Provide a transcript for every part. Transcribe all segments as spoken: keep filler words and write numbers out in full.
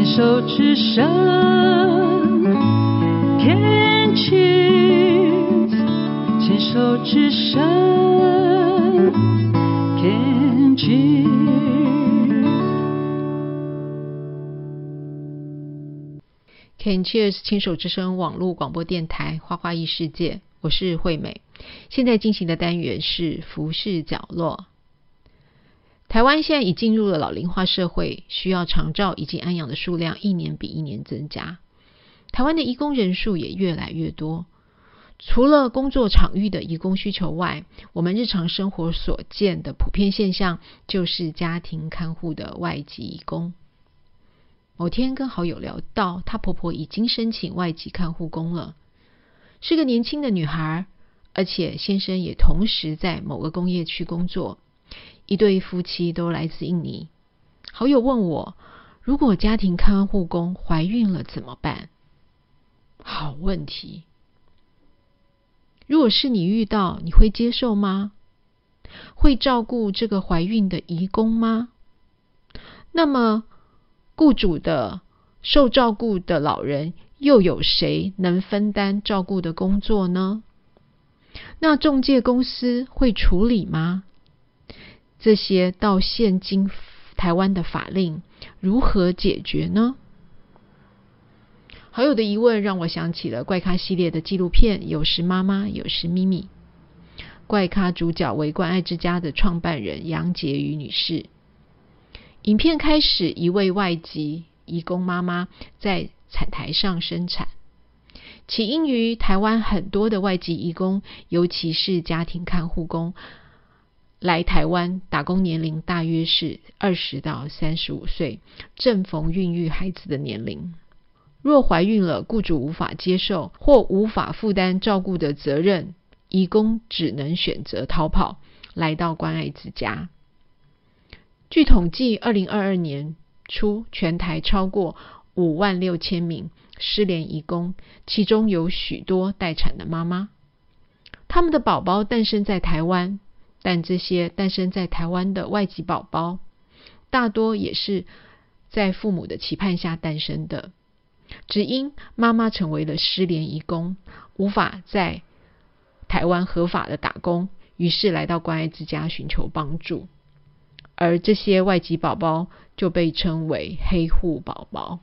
牵手之声 Can Cheers， 牵手之声 Can Cheers。 Can Cheers 牵手之声网络广播电台花花异世界，我是惠美。现在进行的单元是服饰角落。台湾现在已进入了老龄化社会，需要长照以及安养的数量一年比一年增加。台湾的移工人数也越来越多。除了工作场域的移工需求外，我们日常生活所见的普遍现象就是家庭看护的外籍移工。某天跟好友聊到，她婆婆已经申请外籍看护工了，是个年轻的女孩，而且先生也同时在某个工业区工作。一对夫妻都来自印尼。好友问我，如果家庭看护工怀孕了怎么办？好问题。如果是你遇到，你会接受吗？会照顾这个怀孕的移工吗？那么雇主的受照顾的老人又有谁能分担照顾的工作呢？那仲介公司会处理吗？这些到现今台湾的法令如何解决呢？好友的疑问让我想起了怪咖系列的纪录片，有时妈妈，有时咪咪。怪咖主角为关爱之家的创办人杨洁瑜女士。影片开始，一位外籍移工妈妈在产台上生产，起因于台湾很多的外籍移工，尤其是家庭看护工，来台湾打工年龄大约是二十到三十五岁，正逢孕育孩子的年龄。若怀孕了，雇主无法接受或无法负担照顾的责任，移工只能选择逃跑，来到关爱之家。据统计，二零二二年初，全台超过五万六千名失联移工，其中有许多待产的妈妈。他们的宝宝诞生在台湾，但这些诞生在台湾的外籍宝宝，大多也是在父母的期盼下诞生的。只因妈妈成为了失联移工，无法在台湾合法的打工，于是来到关爱之家寻求帮助。而这些外籍宝宝就被称为黑户宝宝。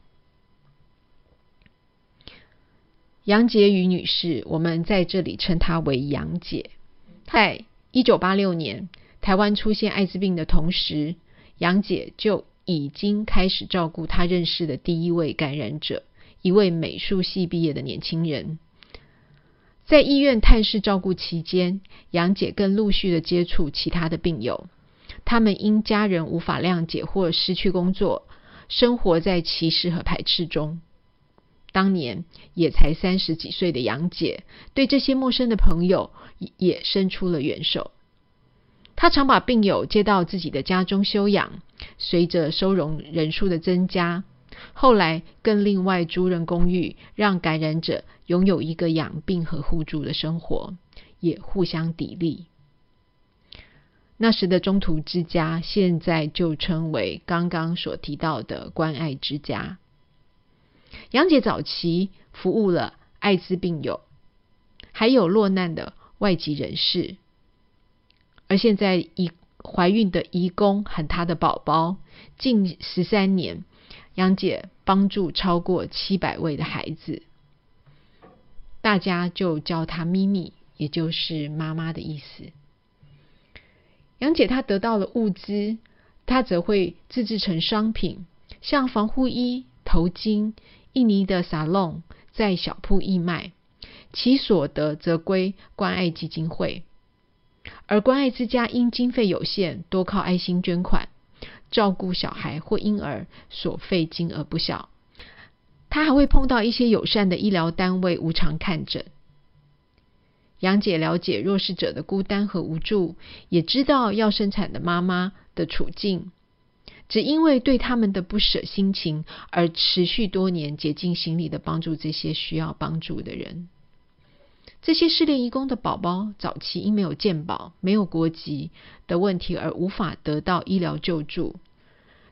杨洁瑜女士，我们在这里称她为杨姐。在一九八六年台湾出现艾滋病的同时，杨姐就已经开始照顾她认识的第一位感染者，一位美术系毕业的年轻人。在医院探视照顾期间，杨姐更陆续的接触其他的病友，他们因家人无法谅解或失去工作，生活在歧视和排斥中。当年也才三十几岁的杨姐，对这些陌生的朋友也伸出了援手。她常把病友接到自己的家中休养，随着收容人数的增加，后来更另外租人公寓，让感染者拥有一个养病和互助的生活，也互相砥砺。那时的中途之家，现在就称为刚刚所提到的关爱之家。杨姐早期服务了艾滋病友，还有落难的外籍人士，而现在移怀孕的移工和她的宝宝，近十三年，杨姐帮助超过七百位的孩子，大家就叫她咪咪，也就是妈妈的意思。杨姐她得到了物资，她则会自制成商品，像防护衣、头巾、印尼的沙龙，在小铺义卖，其所得则归关爱基金会。而关爱之家因经费有限，多靠爱心捐款，照顾小孩或婴儿所费金额不小。她还会碰到一些友善的医疗单位无偿看诊。杨姐了解弱势者的孤单和无助，也知道要生产的妈妈的处境，只因为对他们的不舍心情而持续多年竭尽心力的帮助这些需要帮助的人。这些失联移工的宝宝早期因没有健保、没有国籍的问题而无法得到医疗救助，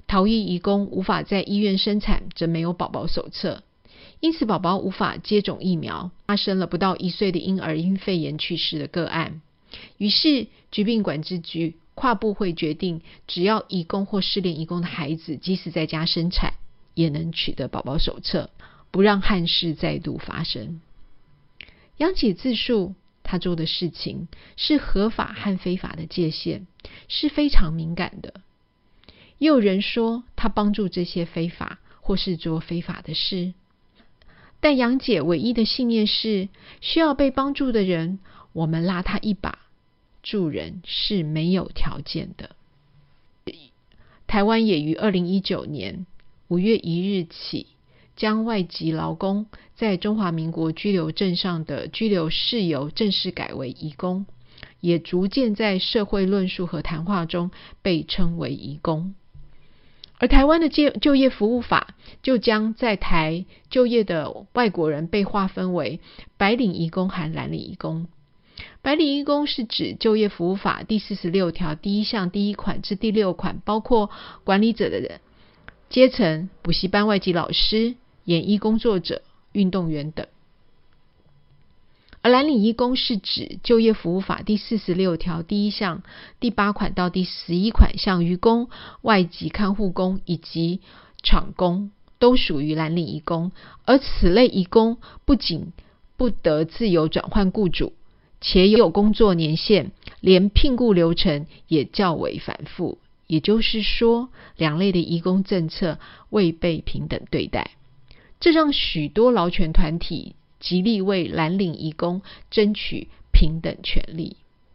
逃逸移工无法在医院生产，则没有宝宝手册，因此宝宝无法接种疫苗，发生了不到一岁的婴儿因肺炎去世的个案。于是疾病管制局跨部会决定，只要移工或失联移工的孩子即使在家生产，也能取得宝宝手册，不让憾事再度发生。杨姐自述她做的事情是合法和非法的界限是非常敏感的，也有人说她帮助这些非法或是做非法的事，但杨姐唯一的信念是，需要被帮助的人，我们拉他一把，助人是没有条件的。台湾也于二零一九年五月一日起，将外籍劳工在中华民国居留证上的居留事由正式改为移工，也逐渐在社会论述和谈话中被称为移工。而台湾的就业服务法就将在台就业的外国人被划分为白领移工和蓝领移工。白领移工是指就业服务法第四十六条第一项第一款至第六款，包括管理者的人阶层、补习班外籍老师、演艺工作者、运动员等。而蓝领移工是指就业服务法第四十六条第一项第八款到第十一款，像渔工、外籍看护工以及厂工都属于蓝领移工。而此类移工不仅不得自由转换雇主，且有工作年限，连聘雇流程也较为繁复。也就是说，两类的移工政策未被平等对待，这让许多劳权团体极力为蓝领移工争取平等权利。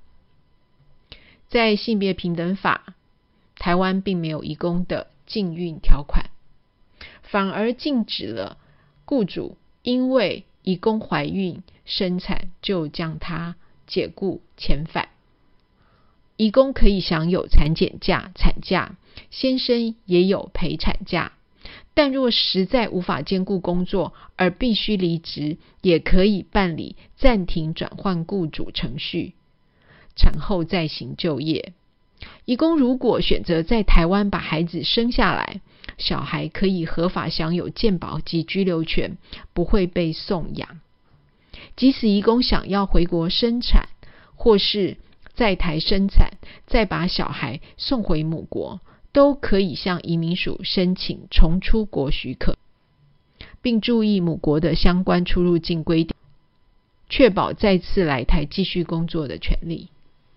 在性别平等法，台湾并没有移工的禁运条款，反而禁止了雇主因为移工怀孕生产就将她解雇遣返。移工可以享有产检假、产假，先生也有陪产假，但若实在无法兼顾工作而必须离职，也可以办理暂停转换雇主程序，产后再行就业。移工如果选择在台湾把孩子生下来，小孩可以合法享有健保及居留权，不会被送养。即使移工想要回国生产，或是在台生产，再把小孩送回母国，都可以向移民署申请重出国许可，并注意母国的相关出入境规定，确保再次来台继续工作的权利。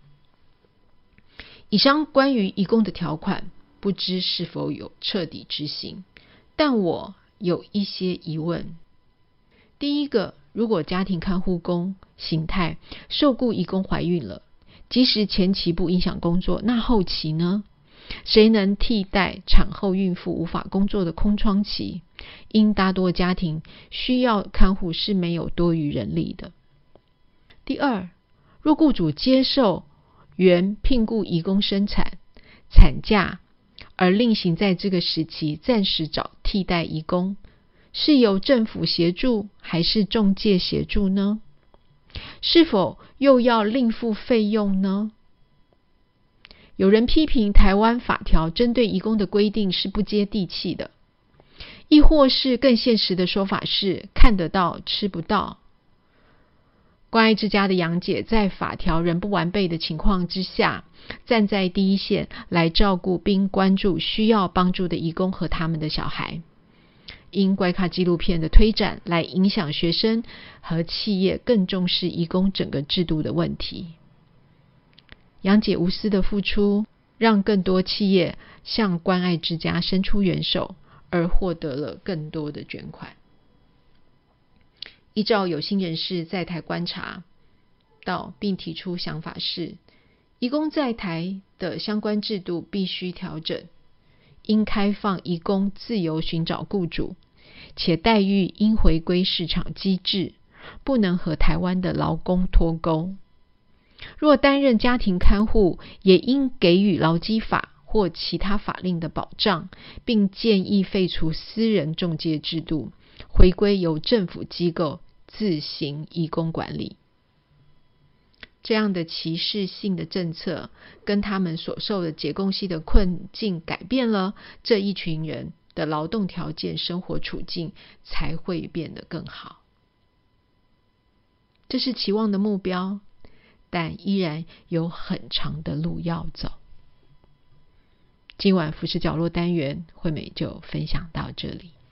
以上关于移工的条款，不知是否有彻底执行，但我有一些疑问。第一个，如果家庭看护工形态受雇移工怀孕了，即使前期不影响工作，那后期呢？谁能替代产后孕妇无法工作的空窗期？因大多家庭需要看护是没有多余人力的。第二，若雇主接受原聘雇移工生产、产假，而另行在这个时期暂时找替代移工，是由政府协助还是仲介协助呢？是否又要另付费用呢？有人批评台湾法条针对移工的规定是不接地气的，亦或是更现实的说法是看得到吃不到。关爱之家的杨姐在法条仍不完备的情况之下，站在第一线来照顾并关注需要帮助的移工和他们的小孩。因怪咖纪录片的推展来影响学生和企业更重视移工整个制度的问题。杨姐无私的付出，让更多企业向关爱之家伸出援手，而获得了更多的捐款。依照有心人士在台观察到并提出想法是，移工在台的相关制度必须调整，应开放移工自由寻找雇主，且待遇应回归市场机制，不能和台湾的劳工脱钩。若担任家庭看护，也应给予劳基法或其他法令的保障，并建议废除私人仲介制度，回归由政府机构自行移工管理。 这样的歧视性的政策跟他们所受的解供系的困境改变了，这一群人的劳动条件、生活处境才会变得更好。这是期望的目标，但依然有很长的路要走。今晚服饰角落单元，惠美就分享到这里。